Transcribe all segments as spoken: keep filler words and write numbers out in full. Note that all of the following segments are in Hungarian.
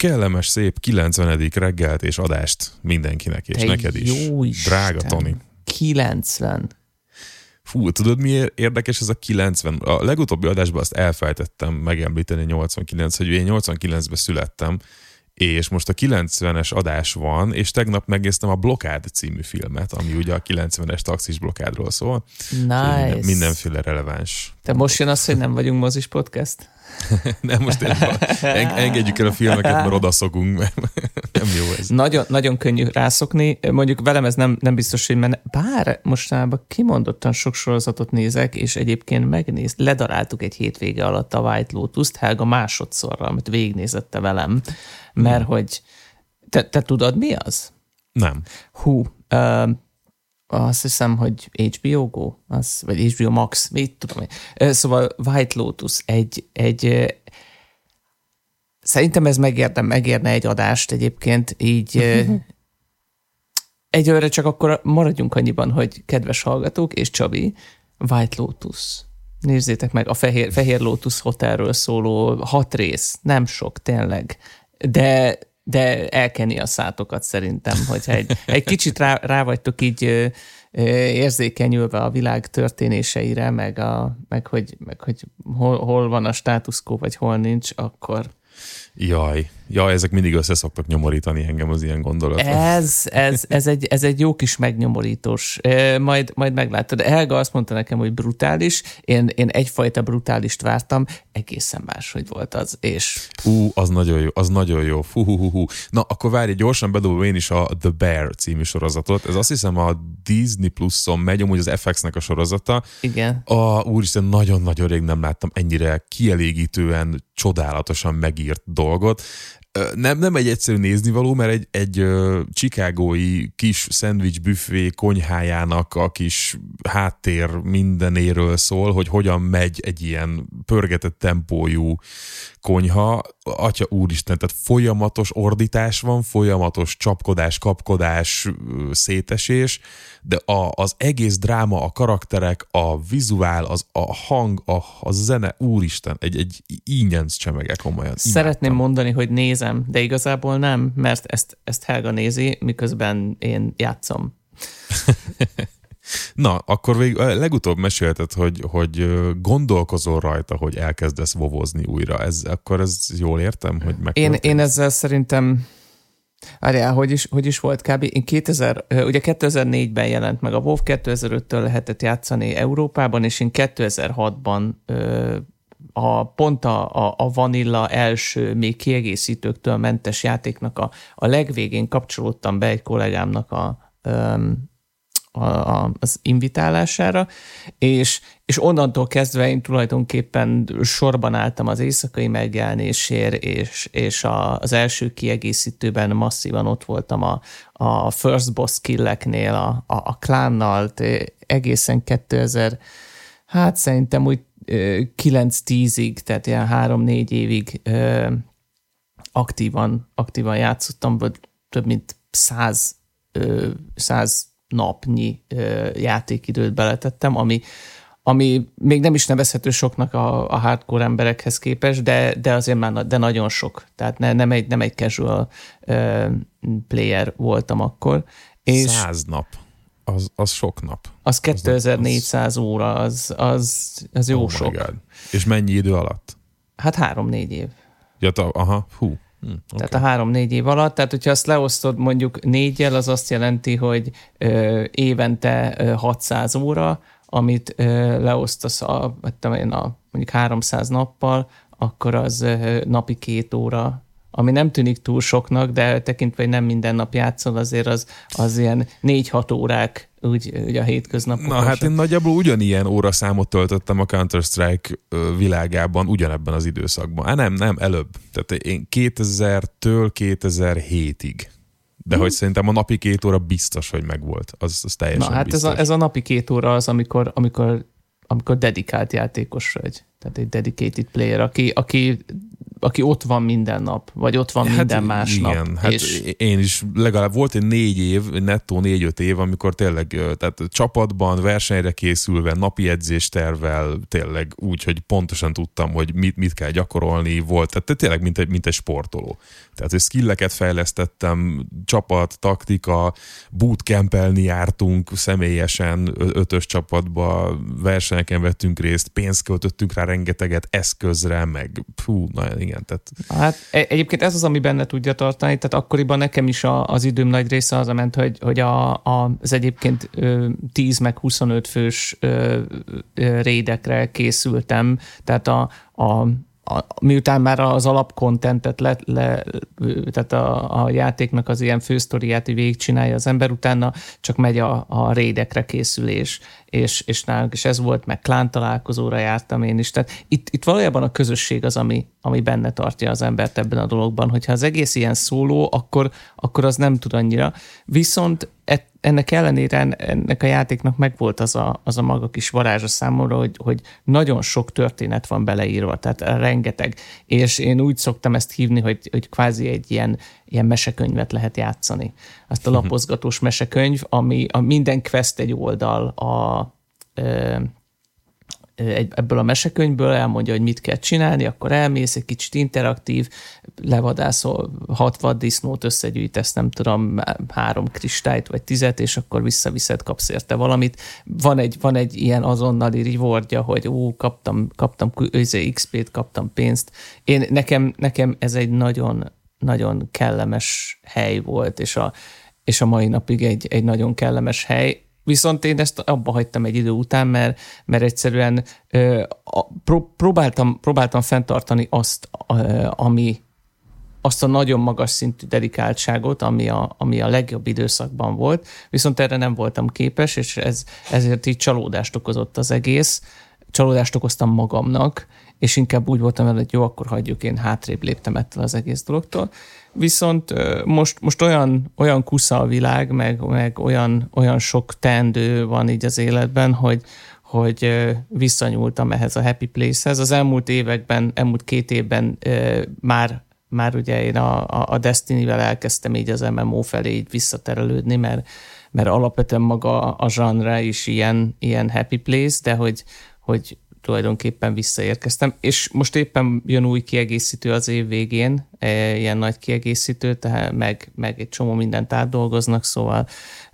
kellemes, szép kilencvenedik reggelt és adást mindenkinek, és Te neked is. Jó Drága Isten. Toni. kilencven. Fú, tudod mi érdekes ez a kilencven? A legutóbbi adásban azt elfelejtettem megemlíteni nyolcvankilenc, hogy én nyolcvankilencben születtem, és most a kilencvenes adás van, és tegnap megnéztem a Blokád című filmet, ami ugye a kilencvenes taxis blokádról szól. Nice. Minden, mindenféle releváns. Te most jön az, hogy nem vagyunk mozis podcast? Nem, most engedjük el a filmeket, mert odaszokunk, mert nem jó ez. Nagyon, nagyon könnyű rászokni. Mondjuk velem ez nem, nem biztos, hogy menne. Bár mostanában kimondottan sok sorozatot nézek, és egyébként megnéz, ledaráltuk egy hétvége alatt a White Lotus-t, Helga másodszorra, amit végignézette velem, mert hmm. hogy te, te tudod, mi az? Nem. Hú, uh, azt hiszem, hogy há bé o Go, az, vagy há bé o Max, mit tudom én. Szóval White Lotus egy, egy szerintem ez megérne, megérne egy adást egyébként, így egyőre csak akkor maradjunk annyiban, hogy kedves hallgatók és Csabi, White Lotus. Nézzétek meg, a Fehér, Fehér Lotus Hotelről szóló hat rész, nem sok, tényleg, de de elkeni a szátokat szerintem, hogyha egy, egy kicsit rá, rá vagytok így ö, ö, érzékenyülve a világ történéseire, meg, a, meg hogy, meg hogy hol, hol van a status quo, vagy hol nincs, akkor... Jaj, jaj, ezek mindig össze szoktak nyomorítani engem az ilyen gondolatok. Ez, ez, ez, egy, ez egy jó kis megnyomorítós. Majd, majd meglátod. Helga azt mondta nekem, hogy brutális. Én, én egyfajta brutálist vártam. Egészen máshogy volt az. És... Ú, az nagyon jó, az nagyon jó. Fú, hú, hú, hú. Na, akkor várj, gyorsan bedobom én is a The Bear című sorozatot. Ez azt hiszem a Disney Pluson megy, amúgy az ef iksz-nek a sorozata. Igen. A, úristen, nagyon-nagyon rég nem láttam ennyire kielégítően, csodálatosan megírt dolgot. Nem, nem egy egyszerű néznivaló, mert egy, egy uh, chicagói kis szendvics büfé konyhájának a kis háttér mindenéről szól, hogy hogyan megy egy ilyen pörgetett tempójú konyha. Atya úristen, tehát folyamatos ordítás van, folyamatos csapkodás, kapkodás, szétesés, de a, az egész dráma, a karakterek, a vizuál, az, a hang, a, a zene, úristen, egy, egy ínyenc csemege, komolyan. Szeretném imádtam. mondani, hogy nézem, de igazából nem, mert ezt, ezt Helga nézi, miközben én játszom. Na, akkor végül legutóbb mesélted, hogy, hogy gondolkozol rajta, hogy elkezdesz vovozni újra. Ez, akkor ez jól értem, hogy meg. Én, én ezzel szerintem, várjál, hogy is, hogy is volt kb. Én kétezer, ugye kétezer-négyben jelent meg a WoW, kétezer-öttől lehetett játszani Európában, és én kétezer-hatban a, pont a, a, a Vanilla első, még kiegészítőktől mentes játéknak a, a legvégén kapcsolódtam be egy kollégámnak a, a, a, az invitálására, és, és onnantól kezdve én tulajdonképpen sorban álltam az éjszakai megjelenésért, és, és a, az első kiegészítőben masszívan ott voltam a, a first boss killeknél, a, a, a klánnal, egészen kétezer, hát szerintem úgy kilenc-tízig, tehát ilyen három-négy évig ö, aktívan, aktívan játszottam, vagy több mint száz, ö, száz napnyi ö, játékidőt beletettem, ami, ami még nem is nevezhető soknak a, a hardcore emberekhez képest, de, de azért már de nagyon sok. Tehát ne, nem, egy, nem egy casual ö, player voltam akkor. És Száz nap. Az, az sok nap. Az kétezer-négyszáz óra, az, az, az jó oh sok. És mennyi idő alatt? Hát három-négy év. Ja, ta, aha, hú. Hm, okay. Tehát a három-négy év alatt, tehát hogyha azt leosztod mondjuk négyel, az azt jelenti, hogy ö, évente ö, hatszáz óra, amit ö, leosztasz a, én, a mondjuk háromszáz nappal, akkor az ö, napi két óra, ami nem tűnik túl soknak, de tekintve, hogy nem minden nap játszol, azért az, az ilyen négy-hat órák úgy, úgy a hétköznapok. Na hát én nagyjából ugyanilyen óraszámot töltöttem a Counter-Strike világában ugyanebben az időszakban. Á, nem, nem, előbb. Tehát én kétezertől kétezer-hétig. De hmm. hogy szerintem a napi két óra biztos, hogy megvolt. Az, az teljesen Na hát biztos. ez a, ez a napi két óra az, amikor, amikor, amikor dedikált játékos vagy. Tehát egy dedicated player, aki, aki aki ott van minden nap, vagy ott van minden hát, más igen, nap. Hát és... én is legalább volt egy négy év, nettó négy-öt év, amikor tényleg tehát csapatban, versenyre készülve, napi edzéstervvel, tényleg úgy, hogy pontosan tudtam, hogy mit, mit kell gyakorolni, volt, tehát tényleg mint egy, mint egy sportoló. Tehát, hogy skilleket fejlesztettem, csapat, taktika, bootcampelni jártunk személyesen ötös csapatba, versenyeken vettünk részt, pénzt költöttünk rá rengeteget, eszközre, meg fú, nagyon igen. Tehát... Hát egyébként ez az, ami benne tudja tartani, tehát akkoriban nekem is a, az időm nagy része az ment, hogy, hogy a, a, az egyébként tíz meg huszonöt fős ö, ö, raidekre készültem, tehát a, a A, miután már az alapkontentet le, le, tehát a, a játéknak az ilyen fősztoriát végigcsinálja az ember, utána csak megy a, a raidekre készülés, és, és nálunk is ez volt, meg klán találkozóra jártam én is. Tehát itt, itt valójában a közösség az, ami, ami benne tartja az embert ebben a dologban, hogyha az egész ilyen szóló, akkor, akkor az nem tud annyira. Viszont ennek ellenére ennek a játéknak megvolt az a, az a maga kis varázsa számomra, hogy, hogy nagyon sok történet van beleírva, tehát rengeteg. És én úgy szoktam ezt hívni, hogy, hogy kvázi egy ilyen, ilyen mesekönyvet lehet játszani. Azt a lapozgatós mesekönyv, ami a minden quest egy oldal a, ö, egy, ebből a mesekönyvből elmondja, hogy mit kell csinálni, akkor elmész, egy kicsit interaktív, levadászol hat vaddisznót, összegyűjtesz, nem tudom, három kristályt vagy tizet, és akkor visszaviszed, kapsz érte valamit. Van egy, van egy ilyen azonnali rewardja, hogy ó, kaptam, kaptam iksz pét, kaptam pénzt. Én, nekem, nekem ez egy nagyon, nagyon kellemes hely volt, és a, és a mai napig egy, egy nagyon kellemes hely. Viszont én ezt abba hagytam egy idő után, mert, mert egyszerűen ö, a, pró, próbáltam, próbáltam fenntartani azt, a, ami, azt a nagyon magas szintű dedikáltságot, ami a, ami a legjobb időszakban volt, viszont erre nem voltam képes, és ez, ezért így csalódást okozott az egész. Csalódást okoztam magamnak, és inkább úgy voltam vele, hogy jó, akkor hagyjuk, én hátrébb léptem ettől az egész dologtól. Viszont most, most olyan, olyan kusza a világ, meg, meg olyan, olyan sok teendő van így az életben, hogy, hogy visszanyúltam ehhez a Happy Place-hez. Az elmúlt években, elmúlt két évben már, már ugye én a, a Destiny-vel elkezdtem így az em em o felé így visszaterelődni, mert, mert alapvetően maga a genre is ilyen, ilyen Happy Place, de hogy, hogy tulajdonképpen visszaérkeztem, és most éppen jön új kiegészítő az év végén, ilyen nagy kiegészítő, tehát meg, meg egy csomó mindent átdolgoznak, szóval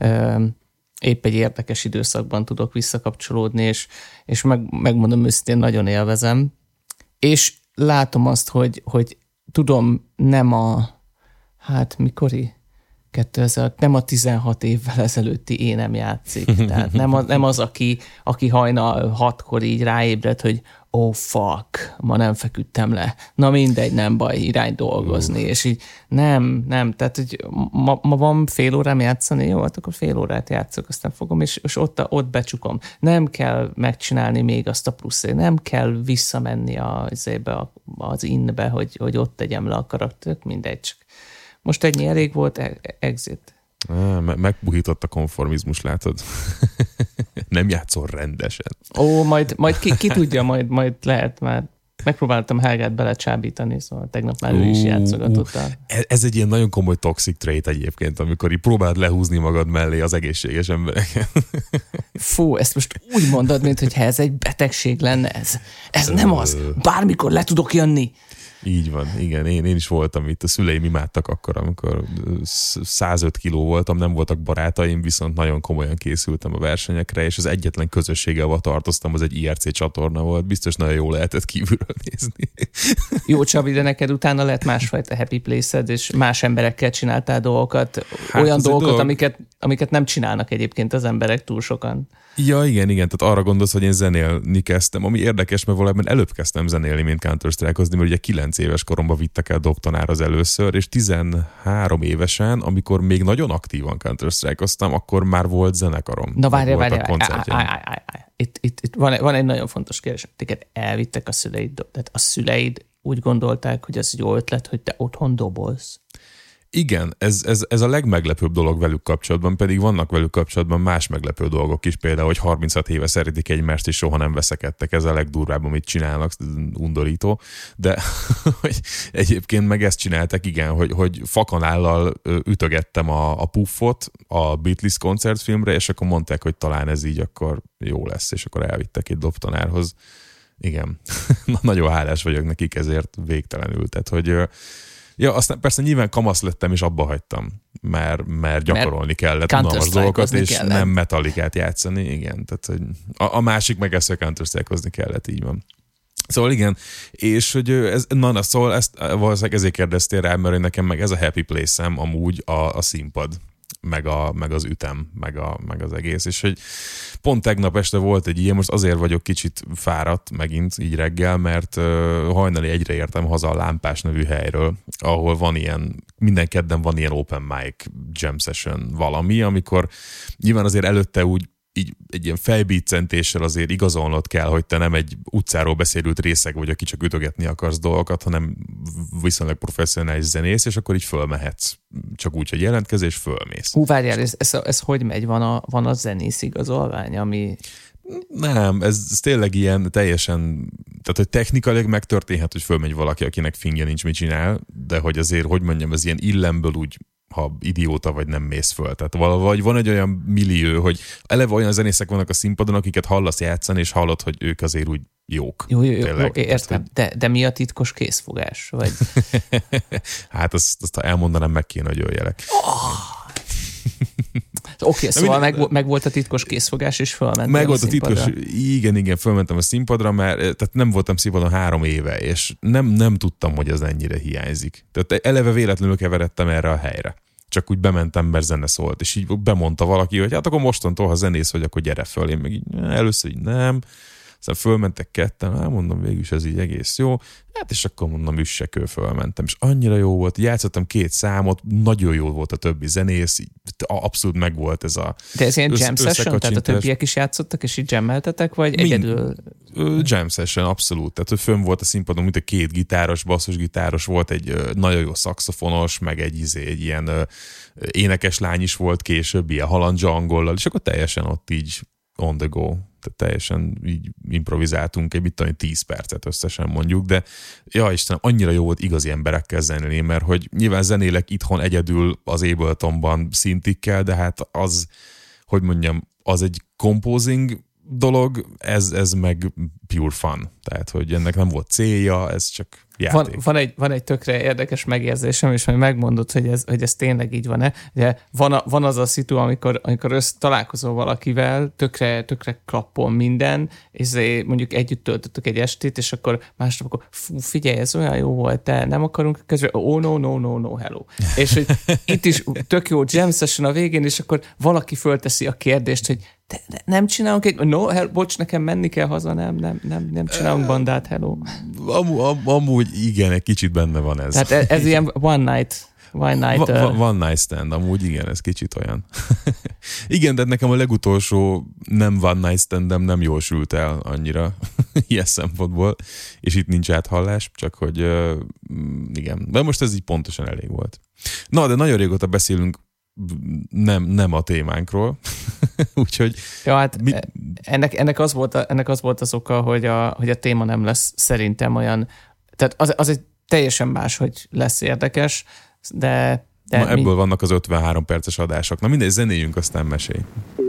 épp egy érdekes időszakban tudok visszakapcsolódni, és, és meg, megmondom őszintén, nagyon élvezem, és látom azt, hogy, hogy tudom, nem a, hát mikori? kétezer, nem a tizenhat évvel ezelőtti én nem játszik. Tehát nem, a, nem az, aki, aki hajnal hatkor így ráébred, hogy oh fuck, ma nem feküdtem le. Na mindegy, nem baj, irány dolgozni. Uh. És így nem, nem, tehát hogy ma, ma van fél órám játszani, jó, hát akkor fél órát játszok, aztán fogom, és, és ott, ott becsukom. Nem kell megcsinálni még azt a pluszét, nem kell visszamenni az, az inbe, hogy, hogy ott tegyem le a karaktert, mindegy, csak most ennyi elég volt, exit. Ah, me- megbuhított a konformizmus, látod? Nem játszol rendesen. Ó, majd, majd ki, ki tudja, majd, majd lehet már. Megpróbáltam Helgát belecsábítani, szóval tegnap már uh, ő is játszogatott. Uh, ez egy ilyen nagyon komoly toxic trait egyébként, amikor így próbáld lehúzni magad mellé az egészséges embereket. Fú, ezt most úgy mondod, mintha ez egy betegség lenne. Ez, ez nem az. Bármikor le tudok jönni. Így van, igen, én, én is voltam itt, a szüleim imádtak akkor, amikor százöt kiló voltam, nem voltak barátaim, viszont nagyon komolyan készültem a versenyekre, és az egyetlen közösséggel, ahol tartoztam, az egy i er cé csatorna volt, biztos nagyon jó lehetett kívülről nézni. Jó, Csabi, de neked utána lett másfajta Happy Place-ed, és más emberekkel csináltál dolgokat, hát olyan dolgokat, dolog... amiket, amiket nem csinálnak egyébként az emberek túl sokan. Ja, igen, igen, tehát arra gondolsz, hogy én zenélni kezdtem, ami érdekes, mert valójában előbb kezdtem zenélni, mint Counter-Strike-ozni, mert ugye kilenc éves koromban vittek el dobtanára először, és tizenhárom évesen, amikor még nagyon aktívan Counter-Strike-oztam, akkor már volt zenekarom. Na várjál, várjál, itt, itt, itt van, van egy nagyon fontos kérdés. Téged elvittek a szüleid, tehát a szüleid úgy gondolták, hogy ez jó ötlet, hogy te otthon dobolsz? Igen, ez, ez, ez a legmeglepőbb dolog velük kapcsolatban, pedig vannak velük kapcsolatban más meglepő dolgok is, például, hogy harminchat éve szeretik egymást, és soha nem veszekedtek, ez a legdurvább, amit csinálnak, undorító, de hogy egyébként meg ezt csináltak, igen, hogy, hogy fakanállal ütögettem a, a puffot a Beatles koncertfilmre, és akkor mondták, hogy talán ez így akkor jó lesz, és akkor elvittek egy dobtanárhoz. Igen, nagyon hálás vagyok nekik ezért végtelenül, tehát hogy ja, aztán persze nyilván kamasz lettem, és abba hagytam, mert, mert gyakorolni mert kellett unalmas dolgokat, és kellett. Nem Metallicát játszani, igen. Tehát, hogy a, a másik meg ezt, hogy Counter-Strike-ozni kellett, így van. Szóval igen, és hogy ez, na, na szóval ezt valószínűleg ezért kérdeztél rá, mert nekem meg ez a happy place-em amúgy a, a színpad, meg, a, meg az ütem, meg, a, meg az egész, és hogy pont tegnap este volt egy ilyen, most azért vagyok kicsit fáradt megint így reggel, mert uh, hajnali egyre értem haza a Lámpás nevű helyről, ahol van ilyen, minden kedden van ilyen open mic jam session valami, amikor nyilván azért előtte úgy így egy ilyen fejbícentéssel azért igazolnod kell, hogy te nem egy utcáról beszélült részeg vagy, aki csak ütögetni akarsz dolgokat, hanem viszonylag professzionális zenész, és akkor így fölmehetsz. Csak úgy, hogy jelentkezés, fölmész. Hú, várjál, ez, ez, ez hogy megy? Van a, van a zenész igazolvány, ami... Nem, ez, ez tényleg ilyen teljesen, tehát hogy technikailag megtörténhet, hogy fölmegy valaki, akinek fingja nincs, mit csinál, de hogy azért, hogy mondjam, ez ilyen illemből úgy, ha idióta vagy nem mész föl. Tehát valahogy van egy olyan millió, hogy eleve olyan zenészek vannak a színpadon, akiket hallasz játszani, és hallod, hogy ők azért úgy jók. Jó, jó, jó, jó értem. De, de mi a titkos készfogás? Vagy... hát azt, azt ha elmondanám, meg kéne, hogy öljelek. Oh! Oké, okay, szóval meg, meg volt a titkos készfogás, és fölmentem meg a volt a színpadra. titkos, igen, igen, fölmentem a színpadra, mert tehát nem voltam színpadon három éve, és nem, nem tudtam, hogy az ennyire hiányzik. Tehát eleve véletlenül keveredtem erre a helyre. Csak úgy bementem, mert zene szólt, és így bemondta valaki, hogy hát akkor mostantól, ha zenész vagy, akkor gyere föl. Én meg így először így nem, aztán fölmentek ketten, hát mondom, végül is ez így egész jó. Hát és akkor mondom, üssekő fölmentem, és annyira jó volt, játszottam két számot, nagyon jó volt a többi zenész, így abszolút megvolt ez a... De ez ilyen jam session, tehát a többiek is játszottak, és így jammeltetek, vagy Mind, egyedül? Jam session, abszolút, tehát hogy fönn volt a színpadon, mint a két gitáros, basszusgitáros, volt egy nagyon jó szaxofonos, meg egy, izé, egy ilyen énekes lány is volt később, ilyen halandzsa angollal, és akkor teljesen ott így on the go. Tehát teljesen így improvizáltunk egy, mit tudom, tíz percet összesen mondjuk, de ja Istenem, annyira jó volt igazi emberekkel zenélni, mert hogy nyilván zenélek itthon egyedül az Abletonban szintikkel, de hát az, hogy mondjam, az egy composing dolog, ez, ez meg pure fun. Tehát, hogy ennek nem volt célja, ez csak játék. Van, van, egy, van egy tökre érdekes megérzésem, és majd megmondod, hogy ez, hogy ez tényleg így van-e. Ugye van, a, van az a szitu, amikor, amikor össze találkozol valakivel, tökre, tökre klappol minden, és mondjuk együtt töltöttük egy estét, és akkor másnap akkor fú, figyelj, ez olyan jó volt, te nem akarunk közre, oh no, no, no, no, hello. És hogy itt is tök jó jam session a végén, és akkor valaki fölteszi a kérdést, hogy de nem csinálunk egy... No, hell, bocs, nekem menni kell haza, nem, nem, nem, nem csinálunk bandát, hello. Am, am, amúgy igen, egy kicsit benne van ez. Tehát ez, ez ilyen one night... One night, uh... one, one night stand, amúgy igen, ez kicsit olyan. Igen, de nekem a legutolsó nem one night standem nem jól sült el annyira ilyen szempontból, és itt nincs áthallás, csak hogy uh, igen. De most ez így pontosan elég volt. Na, de nagyon régóta beszélünk nem, nem a témánkról. Úgyhogy... Ja, hát mit... ennek, ennek, az volt a, ennek az volt az oka, hogy a, hogy a téma nem lesz szerintem olyan... Tehát az, az egy teljesen más, hogy lesz érdekes, de... de Na, ebből mi... vannak az ötvenhárom perces adások. Na mindegy, zenéljünk, aztán mesélj.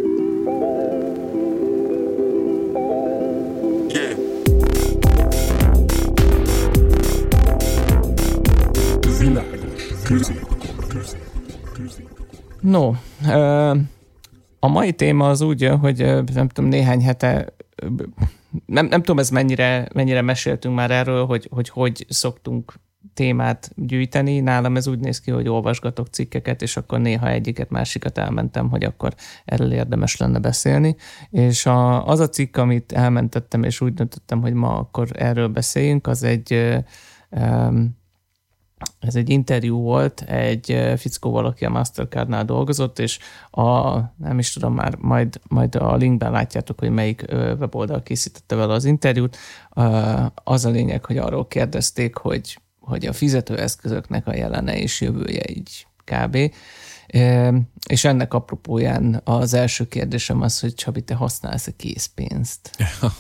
No, a mai téma az úgy, hogy nem tudom, néhány hete, nem, nem tudom, ez mennyire, mennyire meséltünk már erről, hogy, hogy hogy szoktunk témát gyűjteni. Nálam ez úgy néz ki, hogy olvasgatok cikkeket, és akkor néha egyiket, másikat elmentem, hogy akkor erről érdemes lenne beszélni. És a, az a cikk, amit elmentettem, és úgy döntöttem, hogy ma akkor erről beszéljünk, az egy... Um, Ez egy interjú volt, egy fickóval, aki a Mastercardnál dolgozott, és a, nem is tudom már, majd, majd a linkben látjátok, hogy melyik weboldal készítette vele az interjút. Az a lényeg, hogy arról kérdezték, hogy, hogy a fizetőeszközöknek a jelene és jövője így kb. És ennek apropóján az első kérdésem az, hogy Csabi, te használsz-e készpénzt?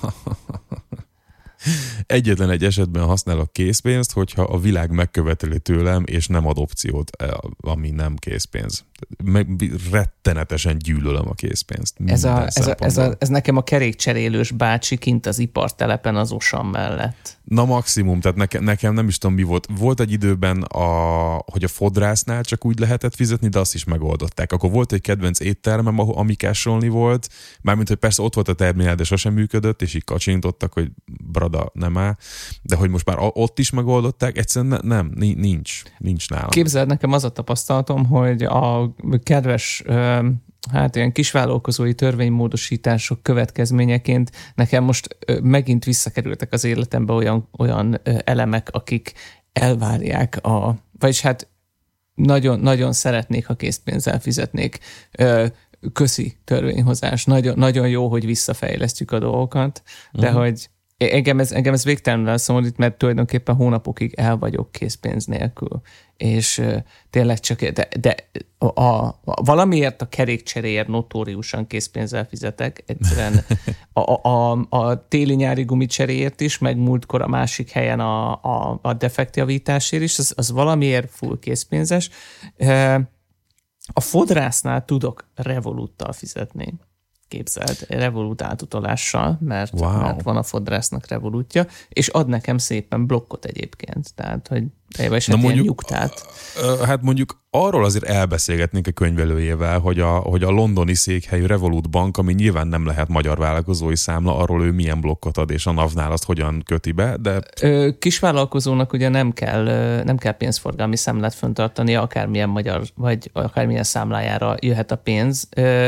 Egyetlen egy esetben használok készpénzt, hogyha a világ megköveteli tőlem, és nem ad opciót, ami nem készpénz. Meg rettenetesen gyűlölöm a készpénzt. Ez, a, ez, a, ez, a, ez nekem a kerékcserélős bácsi kint az ipartelepen az Osan mellett. Na maximum, tehát nekem, nekem nem is tudom mi volt. Volt egy időben, a, hogy a fodrásznál csak úgy lehetett fizetni, de azt is megoldották. Akkor volt egy kedvenc éttermem, ami casholni volt, mármint, hogy persze ott volt a terminál, de sosem működött, és így kacsintottak, hogy brada, nem áll. De hogy most már ott is megoldották, egyszerűen ne, nem, nincs, nincs nálam. Képzeld, nekem az a tapasztalatom, hogy a kedves hát ilyen kisvállalkozói törvénymódosítások következményeként nekem most megint visszakerültek az életembe olyan, olyan elemek, akik elvárják a, vagyis hát nagyon, nagyon szeretnék, ha készpénzzel fizetnék. Köszi törvényhozás. Nagyon, nagyon jó, hogy visszafejlesztjük a dolgokat, de uh-huh. hogy Engem ez, engem ez végtelenül elszomorít, mert tulajdonképpen hónapokig el vagyok készpénz nélkül. És uh, tényleg csak, de, de a, a, valamiért a kerékcseréért notóriusan készpénzzel fizetek. Egyszerűen a, a, a téli-nyári gumicseréért is, meg múltkor a másik helyen a, a, a defektjavításért is, az, az valamiért full készpénzes. Uh, a fodrásznál tudok Revoluttal fizetni. Képzeld, Revolut átutalással, mert, wow. mert van a fodrásznak Revolutja, és ad nekem szépen blokkot egyébként, tehát, hogy teljesen hát ilyen mondjuk, nyugtát. Hát mondjuk arról azért elbeszélgetnénk a könyvelőjével, hogy a, hogy a londoni székhelyű Revolut Bank, ami nyilván nem lehet magyar vállalkozói számla, arról ő milyen blokkot ad, és a NAV-nál azt hogyan köti be, de... Kisvállalkozónak ugye nem kell, nem kell pénzforgalmi számlát föntartani, akármilyen magyar, vagy akármilyen számlájára jöhet a pénz.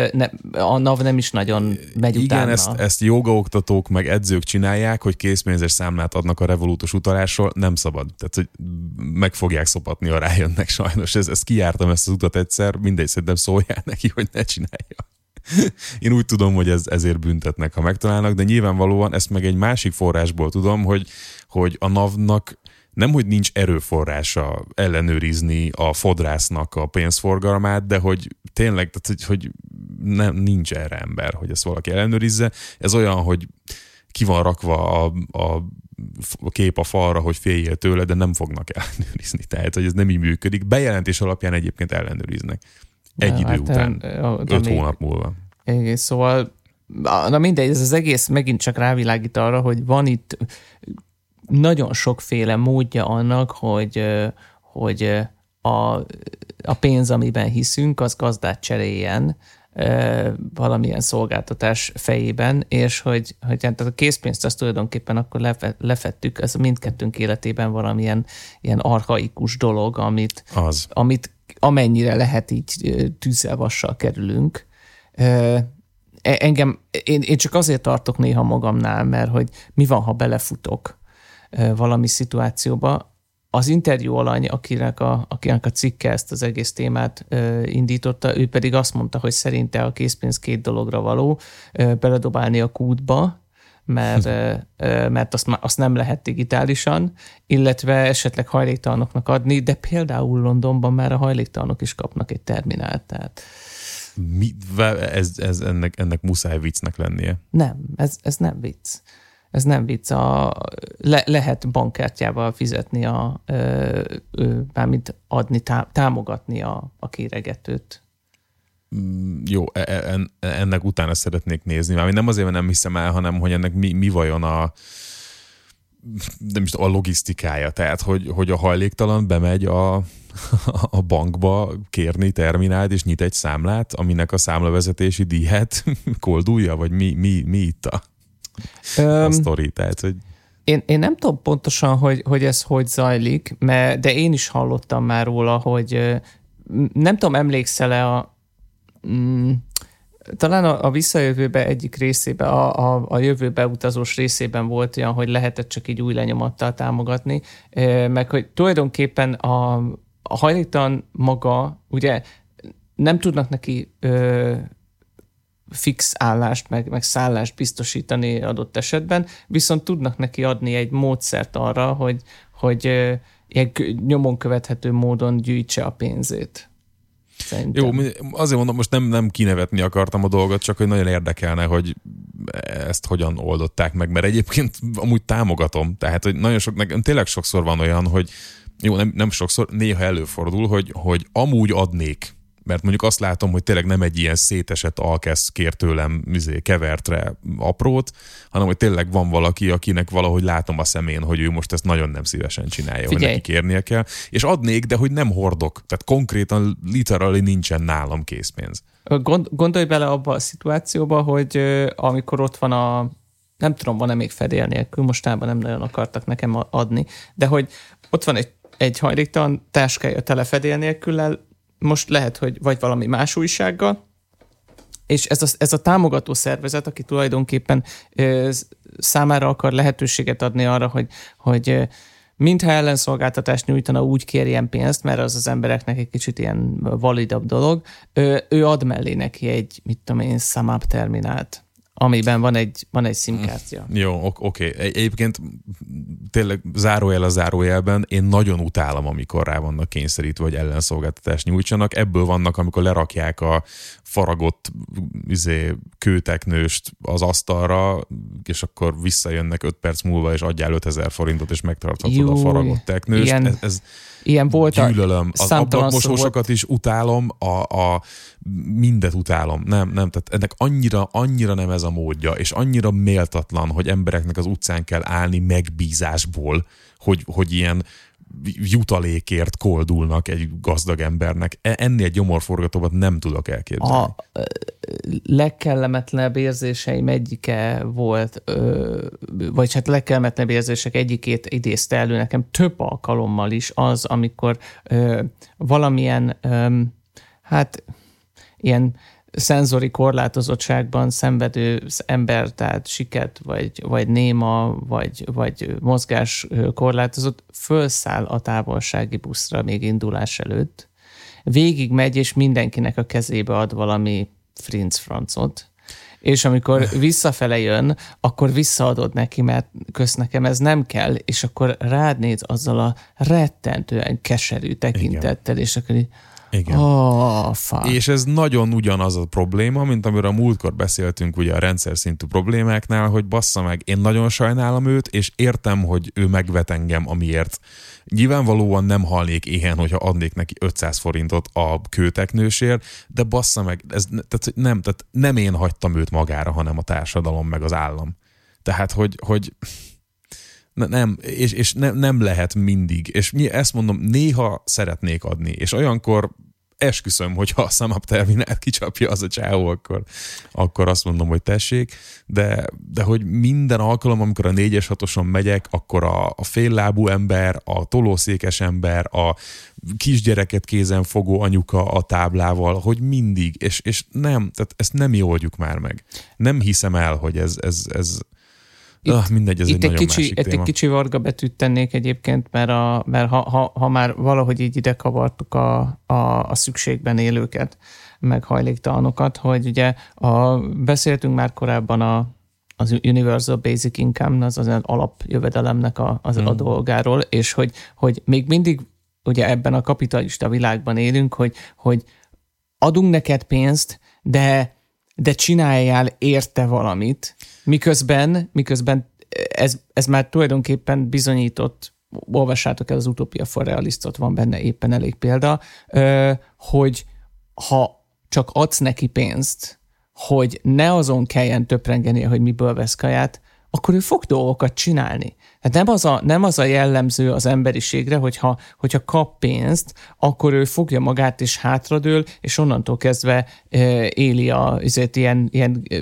A NAV nem is nagyon megy Igen, utána. ezt, ezt jogaoktatók meg edzők csinálják, hogy készpénzes számlát adnak a Revolutos utalásról, nem szabad. Tehát, hogy meg fogják szopatni, ha rájönnek sajnos. Ez, ezt kijártam ezt az utat egyszer, mindegy, szerintem szóljál neki, hogy ne csinálja. Én úgy tudom, hogy ez, ezért büntetnek, ha megtalálnak, de nyilvánvalóan ezt meg egy másik forrásból tudom, hogy, hogy a NAV-nak nem, hogy nincs erőforrása ellenőrizni a fodrásznak a pénzforgalmát, de hogy tényleg, tehát, hogy, hogy nem, nincs erre ember, hogy ezt valaki ellenőrizze. Ez olyan, hogy ki van rakva a, a a kép a falra, hogy féljél tőle, de nem fognak ellenőrizni. Tehát, hogy ez nem így működik. Bejelentés alapján egyébként ellenőriznek. Egy idő hát, után, öt még, hónap múlva. Igen, szóval, na mindegy, ez az egész megint csak rávilágít arra, hogy van itt nagyon sokféle módja annak, hogy, hogy a, a pénz, amiben hiszünk, az gazdát cseréljen valamilyen szolgáltatás fejében, és hogy, hogy hát a készpénzt azt tulajdonképpen akkor lefettük, ez mindkettőnk életében valamilyen ilyen archaikus dolog, amit, az. amit amennyire lehet így tűzzel-vassal kerülünk. Engem, én, én csak azért tartok néha magamnál, mert hogy mi van, ha belefutok valami szituációba. Az interjú alany, akinek a, akinek a cikke ezt az egész témát ö, indította, ő pedig azt mondta, hogy szerinte a készpénz két dologra való, ö, beledobálni a kútba, mert, ö, ö, mert azt, azt nem lehet digitálisan, illetve esetleg hajléktalanoknak adni, de például Londonban már a hajléktalanok is kapnak egy terminált. Tehát... Mi, ez, ez ennek, ennek muszáj viccnek lennie. Nem, ez, ez nem vicc. Ez nem vicc, a, le, lehet bankkártyával fizetni, a, ö, ö, mármint adni, tá, támogatni a, a kéregetőt. Mm, jó, en, ennek utána szeretnék nézni. Mármint nem azért, mert nem hiszem el, hanem hogy ennek mi, mi vajon a, nem is tudom, a logisztikája. Tehát, hogy, hogy a hajléktalan bemegy a, a bankba kérni terminált, és nyit egy számlát, aminek a számlavezetési díját koldulja, vagy mi, mi, mi itt a... a sztori, tehát, hogy... Én, én nem tudom pontosan, hogy, hogy ez hogy zajlik, mert, de én is hallottam már róla, hogy nem tudom, emlékszel-e a mm, talán a, a visszajövőbe egyik részében, a, a, a jövőbe utazós részében volt olyan, hogy lehetett csak így új lenyomattal támogatni, meg hogy tulajdonképpen a, a hajléktalan maga, ugye nem tudnak neki ö, fix állást, meg, meg szállást biztosítani adott esetben, viszont tudnak neki adni egy módszert arra, hogy, hogy ilyen nyomon követhető módon gyűjtse a pénzét. szerintem. Jó, azért mondom, most nem, nem kinevetni akartam a dolgot, csak hogy nagyon érdekelne, hogy ezt hogyan oldották meg, mert egyébként amúgy támogatom, tehát hogy nagyon sok, nekem tényleg sokszor van olyan, hogy jó, nem, nem sokszor, néha előfordul, hogy, hogy amúgy adnék, mert mondjuk azt látom, hogy tényleg nem egy ilyen szétesett alkesz kér tőlem izé, kevertre aprót, hanem hogy tényleg van valaki, akinek valahogy látom a szemén, hogy ő most ezt nagyon nem szívesen csinálja, Figyelj. hogy neki kérnie kell. És adnék, de hogy nem hordok. Tehát konkrétan literally nincsen nálam készpénz. Gond, gondolj bele abba a szituációba, hogy uh, amikor ott van a, nem tudom, van-e még fedél nélkül, mostában nem nagyon akartak nekem adni, de hogy ott van egy, egy hajléktalan táskája tele fedél nélküllel, most lehet, hogy vagy valami más újsággal, és ez a, ez a támogató szervezet, aki tulajdonképpen ö, számára akar lehetőséget adni arra, hogy, hogy ö, mintha ellenszolgáltatást nyújtana, úgy kérjen pénzt, mert az az embereknek egy kicsit ilyen validabb dolog, ö, ő ad mellé neki egy, mit tudom én, SumUp terminált, amiben van egy, van egy SIM-kártya. Jó, oké. Okay. Egyébként tényleg zárójel a zárójelben én nagyon utálom, amikor rá vannak kényszerítve, hogy ellenszolgáltatást nyújtsanak. Ebből vannak, amikor lerakják a faragott izé, kőteknőst az asztalra, és akkor visszajönnek öt perc múlva, és adjál ötezer forintot, és megtarthatod Jó, a faragott teknőst. Ilyen... Ez, ez Ilyen volt gyűlölöm. Az, a mososokat is utálom, a, a mindet utálom. Nem, nem, tehát ennek annyira, annyira nem ez a módja, és annyira méltatlan, hogy embereknek az utcán kell állni megbízásból, hogy, hogy ilyen jutalékért koldulnak egy gazdag embernek. Ennél gyomorforgatóbbat nem tudok elképzelni. A legkellemetlenebb érzéseim egyike volt, vagy hát legkellemetlenebb érzések egyikét idézte elő nekem több alkalommal is az, amikor valamilyen, hát ilyen szenzori korlátozottságban szenvedő ember, tehát siket, vagy, vagy néma, vagy, vagy mozgás korlátozott, fölszáll a távolsági buszra még indulás előtt, végig megy, és mindenkinek a kezébe ad valami frincfrancot, és amikor visszafele jön, akkor visszaadod neki, mert kösz nekem ez nem kell, és akkor rád néz azzal a rettentően keserű tekintettel, és akkor így Igen. Oh, fuck. És ez nagyon ugyanaz a probléma, mint amiről a múltkor beszéltünk ugye a rendszer szintű problémáknál, hogy bassza meg, én nagyon sajnálom őt, és értem, hogy ő megvet engem, amiért nyilvánvalóan nem halnék éhen, hogyha adnék neki ötszáz forintot a kőteknősért, de bassza meg, ez, tehát nem, tehát nem én hagytam őt magára, hanem a társadalom meg az állam. Tehát, hogy, hogy nem, és, és ne, nem lehet mindig, és ezt mondom, néha szeretnék adni, és olyankor esküszöm, hogyha a SumUp terminált kicsapja az a csávó, akkor, akkor azt mondom, hogy tessék, de, de hogy minden alkalom, amikor a négyes hatoson megyek, akkor a, a féllábú ember, a tolószékes ember, a kisgyereket kézen fogó anyuka a táblával, hogy mindig, és, és nem, tehát ezt nem oldjuk már meg. Nem hiszem el, hogy ez, ez, ez Itt, ah, mindegy, ez itt egy, egy kicsi, másik egy téma. kicsi varga betűt tennék egyébként, mert, a, mert ha, ha, ha már valahogy így ide kavartuk a, a, a szükségben élőket, meg hajléktalanokat, hogy ugye a, beszéltünk már korábban a, az Universal Basic Income, az az alapjövedelemnek a, az hmm. a dolgáról, és hogy, hogy még mindig ugye ebben a kapitalista világban élünk, hogy, hogy adunk neked pénzt, de de csináljál érte valamit, miközben, miközben ez, ez már tulajdonképpen bizonyított, olvassátok el az Utopia for Realistot, van benne éppen elég példa, hogy ha csak adsz neki pénzt, hogy ne azon kelljen töprengenie, hogy miből vesz kaját, akkor ő fog dolgokat csinálni. Hát nem az a, nem az a jellemző az emberiségre, hogyha, hogyha kap pénzt, akkor ő fogja magát és hátradől, és onnantól kezdve e, éli a, azért ilyen, ilyen e,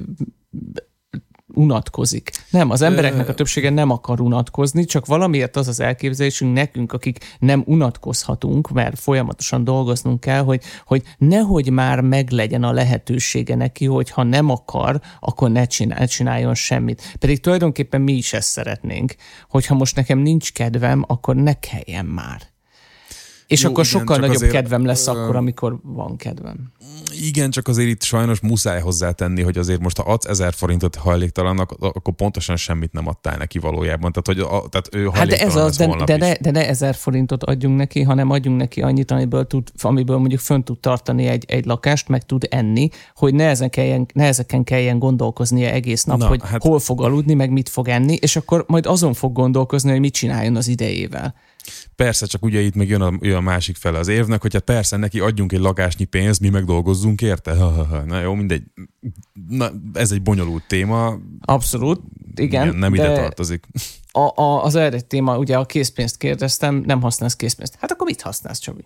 unatkozik. Nem, az embereknek a többsége nem akar unatkozni, csak valamiért az az elképzelésünk nekünk, akik nem unatkozhatunk, mert folyamatosan dolgoznunk kell, hogy, hogy nehogy már meglegyen a lehetősége neki, hogy ha nem akar, akkor ne csinál, csináljon semmit. Pedig tulajdonképpen mi is ezt szeretnénk, hogyha most nekem nincs kedvem, akkor ne kelljen már. És Jó, akkor igen, sokkal nagyobb azért, kedvem lesz ö... akkor, amikor van kedvem. Igen, csak azért itt sajnos muszáj hozzátenni, hogy azért most ha adsz ezer forintot hajléktalannak, akkor pontosan semmit nem adtál neki valójában. Tehát, hogy a, tehát ő hát de ez az, de, de, ne, de ne ezer forintot adjunk neki, hanem adjunk neki annyit, amiből, tud, amiből mondjuk fönn tud tartani egy, egy lakást, meg tud enni, hogy ne, ezen kelljen, ne ezeken kelljen gondolkoznia egész nap, Na, hogy hát... hol fog aludni, meg mit fog enni, és akkor majd azon fog gondolkozni, hogy mit csináljon az idejével. Persze, csak ugye itt meg jön a, jön a másik fele az évnek, hogy hát persze neki adjunk egy lakásnyi pénzt, mi meg dolgozzunk érte? Na jó, mindegy. Na, ez egy bonyolult téma. Abszolút, igen. igen nem ide tartozik. A, a, az eredeti téma, ugye a készpénzt kérdeztem, nem használsz készpénzt. Hát akkor mit használsz, Csabi?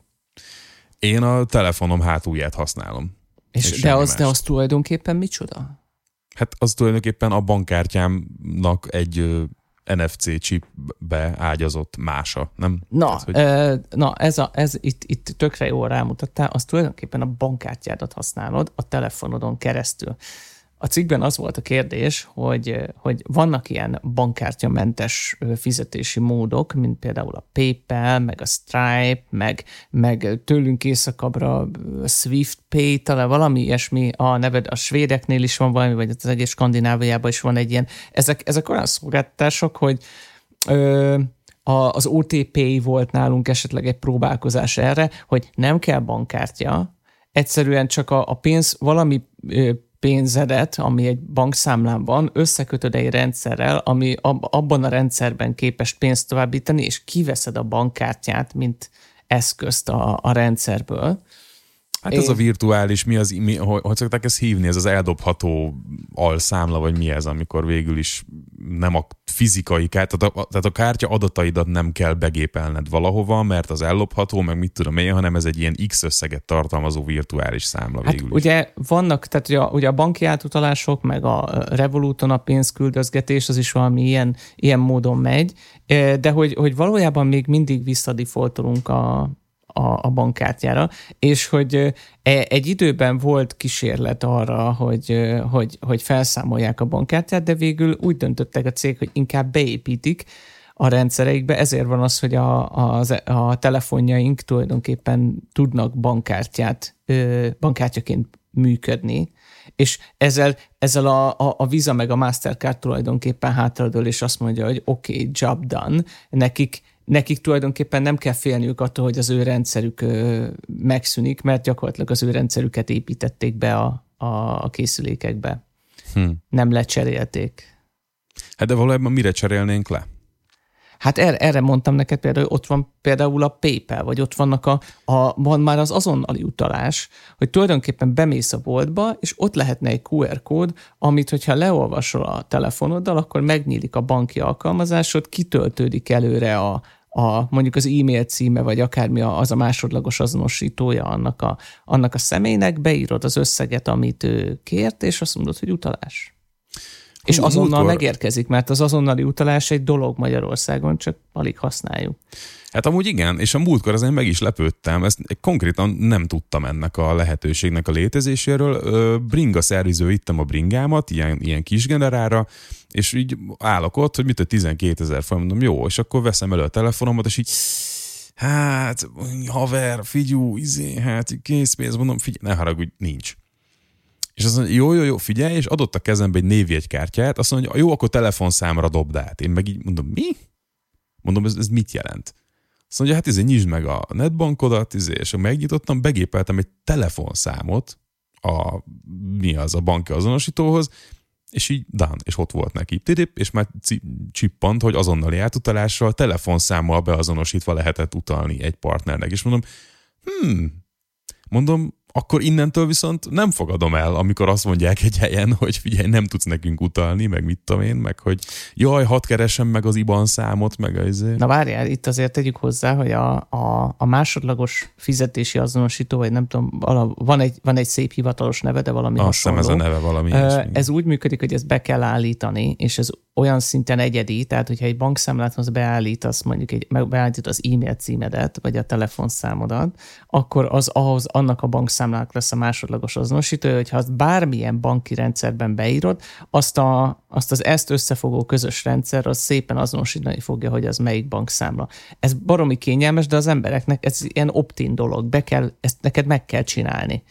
Én a telefonom hátulját használom. És, és de, az, de az tulajdonképpen micsoda? Hát az tulajdonképpen a bankkártyámnak egy en ef cé chipbe ágyazott mása, nem? Na, ez, hogy... ö, na ez, a, ez itt, itt tökre jól rámutattál, az tulajdonképpen a bankkártyádat használod a telefonodon keresztül. A cikkben az volt a kérdés, hogy, hogy vannak ilyen bankkártyamentes fizetési módok, mint például a PayPal, meg a Stripe, meg, meg tőlünk északabbra a Swift Pay, talán valami ilyesmi a neved, a svédeknél is van valami, vagy az egész Skandináviában is van egy ilyen. Ezek, ezek olyan szolgáltatások, hogy ö, a, az o té pé volt nálunk esetleg egy próbálkozás erre, hogy nem kell bankkártya, egyszerűen csak a, a pénz valami ö, pénzedet, ami egy bankszámlán van, összekötöd egy rendszerrel, ami ab, abban a rendszerben képes pénzt továbbítani, és kiveszed a bankkártyát, mint eszközt a, a rendszerből. Hát Én... ez a virtuális, mi az, mi, hogy, hogy szokták ezt hívni, ez az eldobható alszámla, vagy mi ez, amikor végül is nem a fizikai kártya, tehát a, tehát a kártya adataidat nem kell begépelned valahova, mert az ellopható, meg mit tudom én, hanem ez egy ilyen X összeget tartalmazó virtuális számla hát végül is. Ugye vannak, tehát ugye a, ugye a banki átutalások, meg a Revoluton a pénzküldözgetés, az is valami ilyen, ilyen módon megy, de hogy, hogy valójában még mindig visszadifoltolunk a a, a bankkártyára, és hogy egy időben volt kísérlet arra, hogy, hogy, hogy felszámolják a bankkártyát, de végül úgy döntöttek a cég, hogy inkább beépítik a rendszereikbe, ezért van az, hogy a, a, a telefonjaink tulajdonképpen tudnak bankkártyát, bankkártyaként működni, és ezzel, ezzel a, a, a Visa meg a Mastercard tulajdonképpen hátradől, és azt mondja, hogy oké, okay, job done, nekik Nekik tulajdonképpen nem kell félniük attól, hogy az ő rendszerük ö, megszűnik, mert gyakorlatilag az ő rendszerüket építették be a, a, a készülékekbe. Hm. Nem lecserélték. Hát de valójában mire cserélnénk le? Hát erre, erre mondtam neked például, hogy ott van például a PayPal, vagy ott vannak a, a, van már az azonnali utalás, hogy tulajdonképpen bemész a boltba, és ott lehetne egy kú er kód, amit, hogyha leolvasol a telefonoddal, akkor megnyílik a banki alkalmazásod, kitöltődik előre a, a mondjuk az e-mail címe, vagy akármi az a másodlagos azonosítója annak a, annak a személynek, beírod az összeget, amit ő kért, és azt mondod, hogy utalás. És azonnal múltkor... megérkezik, mert az azonnali utalás egy dolog Magyarországon, csak alig használjuk. Hát amúgy igen, és a múltkor azért meg is lepődtem, ezt konkrétan nem tudtam ennek a lehetőségnek a létezéséről. Bringa szerviző ittem a bringámat, ilyen, ilyen kis generára, és így állok ott, hogy mit a tizenkétezer forint, mondom, jó, és akkor veszem elő a telefonomat, és így hát, haver, figyú, izé, hát készpénz, mondom, figyelj, ne haragudj, nincs. És azt mondja, jó, jó, jó, figyelj, és adott a kezembe egy névjegykártyát, azt mondja, jó, akkor telefonszámra dobd át. Én meg így mondom, mi? Mondom, ez, ez mit jelent? Azt mondja, hát izé, nyisd meg a netbankodat, izé, és akkor megnyitottam, begépeltem egy telefonszámot, a, mi az, a banki azonosítóhoz, és így done, és ott volt neki. Tidip, és már csippant, hogy azonnali átutalással, telefonszámmal beazonosítva lehetett utalni egy partnernek. És mondom, hmm, mondom, akkor innentől viszont nem fogadom el, amikor azt mondják egy helyen, hogy figyelj, nem tudsz nekünk utalni, meg mit tudom én, meg hogy jaj, hadd keresem meg az i ban számot, meg az... Na várjál, itt azért tegyük hozzá, hogy a, a, a másodlagos fizetési azonosító, vagy nem tudom, van egy, van egy szép hivatalos neve, de valami azt hasonló. Azt hiszem ez a neve valami. Ez, ez úgy működik, hogy ezt be kell állítani, és ez olyan szinten egyedi, tehát hogyha egy bankszámláthoz beállítasz, mondjuk egy, beállítod az e-mail címedet, vagy a telefonszámodat, akkor az ahhoz annak a bankszámlának lesz a másodlagos azonosító, hogyha azt bármilyen banki rendszerben beírod, azt, a, azt az ezt összefogó közös rendszer az szépen azonosítani fogja, hogy az melyik bankszámla. Ez baromi kényelmes, de az embereknek ez ilyen opt-in dolog, be kell, ezt neked meg kell csinálni.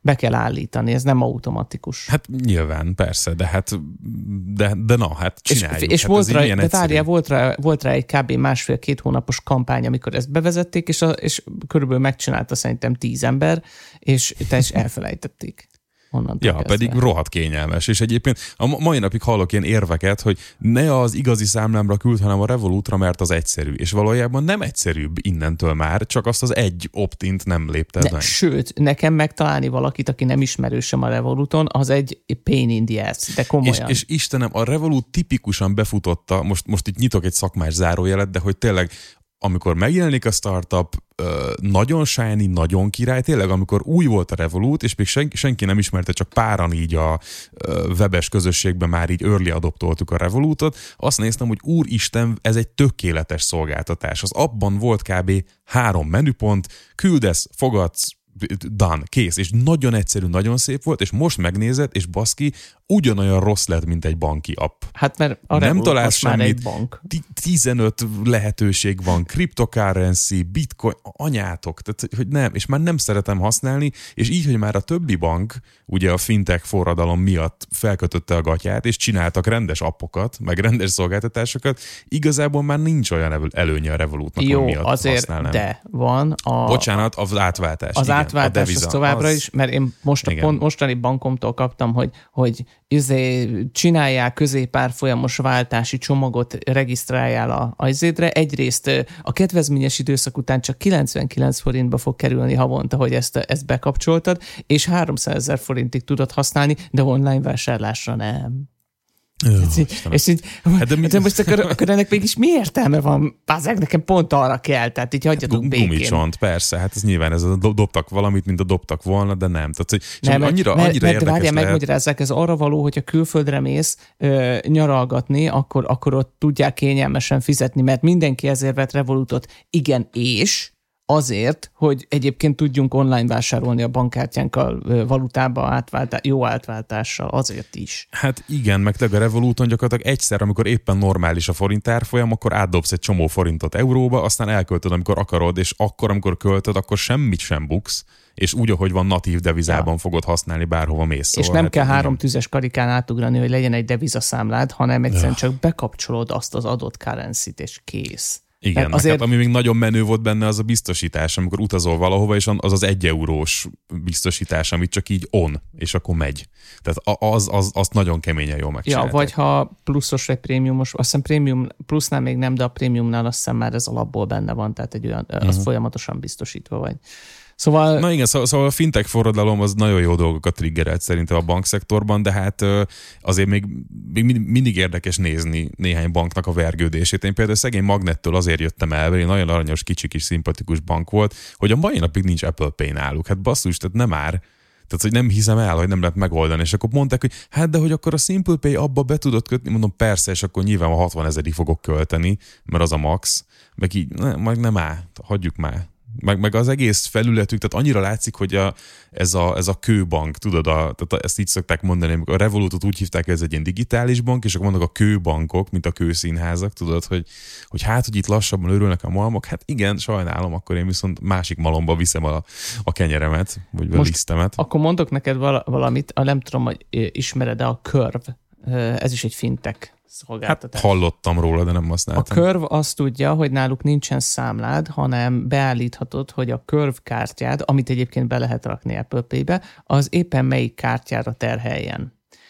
be kell állítani, ez nem automatikus. Hát nyilván, persze, de hát de, de na, hát csináljuk. És, és hát volt, rá, de várjál, volt, rá, volt rá egy kb. másfél-két hónapos kampány, amikor ezt bevezették, és, a, és körülbelül megcsinálta szerintem tíz ember, és te is elfelejtették. Ja, kezdve. Pedig rohadt kényelmes. És egyébként a mai napig hallok ilyen érveket, hogy ne az igazi számlámra küld, hanem a Revolutra, mert az egyszerű. És valójában nem egyszerűbb innentől már, csak azt az egy opt-int nem lépted ne, meg. Sőt, nekem megtalálni valakit, aki nem ismerősöm a Revoluton, az egy pain in the ass, de komolyan. És, és Istenem, a Revolut tipikusan befutotta, most, most itt nyitok egy szakmás zárójelet, de hogy tényleg amikor megjelenik a startup, nagyon shiny, nagyon király, tényleg amikor új volt a Revolut, és még senki, senki nem ismerte, csak páran így a webes közösségben már így early adoptoltuk a Revolutot, azt néztem, hogy úristen, ez egy tökéletes szolgáltatás. Az appban volt kb. három menüpont, küldesz, fogadsz, done, kész, és nagyon egyszerű, nagyon szép volt, és most megnézed, és baszki, ugyanolyan rossz lett, mint egy banki app. Hát mert a nem találsz már semmit, egy bank. tizenöt lehetőség van, cryptocurrency, bitcoin, anyátok, tehát hogy nem, és már nem szeretem használni, és így, hogy már a többi bank, ugye a fintech forradalom miatt felkötötte a gatyát, és csináltak rendes appokat, meg rendes szolgáltatásokat, igazából már nincs olyan előnye a Revolutnak, jó, hogy miatt azért, használnám. de van a... Bocsánat, az átváltás. Az igen, átváltás az továbbra az... is, mert én most a pont, mostani bankomtól kaptam, hogy, hogy izé, csináljál középárfolyamos váltási csomagot, regisztráljál a ajzédre. Egyrészt a kedvezményes időszak után csak kilencvenkilenc forintba fog kerülni havonta, hogy ezt, ezt bekapcsoltad, és háromszázezer forintig tudod használni, de online vásárlásra nem. Jó, és így, és így hát de, mi... de most akkor, akkor ennek mégis mi értelme van? Bázák, nekem pont arra kell, tehát így hagyjatok békén. Gumicsont, persze, hát ez nyilván ez a dobtak valamit, mint a dobtak volna, de nem. Tehát, hogy nem annyira, mert, annyira mert, érdekes várjál, lehet. Megmagyarázzák, ez arra való, hogyha külföldre mész ö, nyaralgatni, akkor, akkor ott tudják kényelmesen fizetni, mert mindenki ezért vett Revolutot. Igen, és azért, hogy egyébként tudjunk online vásárolni a bankkártyánkkal valutába átváltá, jó átváltással, azért is. Hát igen, meg te a Revoluton gyakorlatilag egyszer, amikor éppen normális a forint árfolyam, akkor átdobsz egy csomó forintot euróba, aztán elköltöd, amikor akarod, és akkor, amikor költöd, akkor semmit sem buksz, és úgy, ahogy van natív devizában ja. fogod használni, bárhova mész. Szóval, és nem hát kell igen. három tüzes karikán átugrani, hogy legyen egy devizaszámlád, hanem egyszerűen ja. csak bekapcsolod azt az adott currency-t, és kész. Igen, azért... hát, ami még nagyon menő volt benne, az a biztosítás, amikor utazol valahova, és az az egy eurós biztosítás, amit csak így on, és akkor megy. Tehát az, az, azt nagyon keményen jól megcsinálták. Ja, vagy ha pluszos egy prémiumos, azt hiszem prémium, plusznál még nem, de a prémiumnál azt hiszem már ez alapból benne van, tehát egy olyan, uh-huh. az folyamatosan biztosítva vagy. Szóval... Na igen, szóval, szóval a fintech forradalom az nagyon jó dolgokat triggerelt szerintem a bankszektorban, de hát azért még, még mindig érdekes nézni néhány banknak a vergődését. Én például szegény Magnettől azért jöttem el, mert egy nagyon aranyos, kicsi kis szimpatikus bank volt, hogy a mai napig nincs Apple Pay náluk. Hát basszus, tehát nem ár. Tehát, hogy nem hiszem el, hogy nem lehet megoldani. És akkor mondták, hogy hát, de hogy akkor a Simple Pay abba be tudod kötni, mondom persze, és akkor nyilván a hatvan ezerig fogok költeni, mert az a max. Meg így, ne, meg nem áll, hagyjuk már. Meg, meg az egész felületük, tehát annyira látszik, hogy a, ez, a, ez a kőbank, tudod, a, tehát ezt így szokták mondani, amikor a Revolutot úgy hívták, hogy ez egy ilyen digitális bank, és akkor vannak a kőbankok, mint a kőszínházak, tudod, hogy, hogy hát, hogy itt lassabban örülnek a malmok, hát igen, sajnálom, akkor én viszont másik malomba viszem a, a kenyeremet, vagy a lisztemet. Akkor mondok neked valamit, nem tudom, hogy ismered-e a Curve, ez is egy fintech szolgáltatás. Hát hallottam róla, de nem használtam. A Curve azt tudja, hogy náluk nincsen számlád, hanem beállíthatod, hogy a Curve kártyád, amit egyébként be lehet rakni Apple Pay-be, az éppen melyik kártyára terheljen.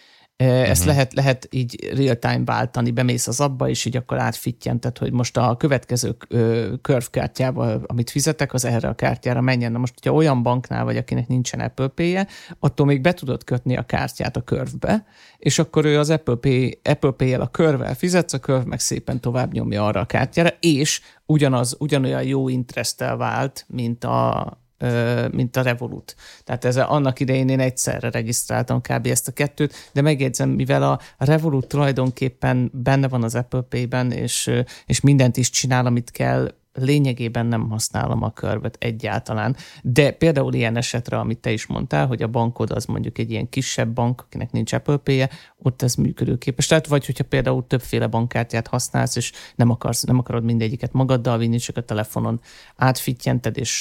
Ezt uh-huh. lehet, lehet így real-time váltani, bemész az abba, és így akkor átfittyented, hogy most a következő Curve kártyával, amit fizetek, az erre a kártyára menjen. Na most, hogyha olyan banknál vagy, akinek nincsen Apple Pay-je, attól még be tudod kötni a kártyát a Curve-be, és akkor ő az Apple Pay, Apple Pay-jel a Curve-vel fizetsz, a Curve meg szépen tovább nyomja arra a kártyára, és ugyanaz, ugyanolyan jó interesttel vált, mint a mint a Revolut. Tehát ez annak idején én egyszerre regisztráltam kb. Ezt a kettőt, de megjegyzem, mivel a Revolut tulajdonképpen benne van az Apple Pay-ben, és, és mindent is csinál, amit kell, lényegében nem használom a Curve-et egyáltalán. De például ilyen esetre, amit te is mondtál, hogy a bankod az mondjuk egy ilyen kisebb bank, akinek nincs Apple Pay-je, ott ez működőképes. Tehát vagy, hogyha például többféle bankkártyát használsz, és nem, akarsz, nem akarod mindegyiket magaddal vinni, csak a telefonon átfittyented, és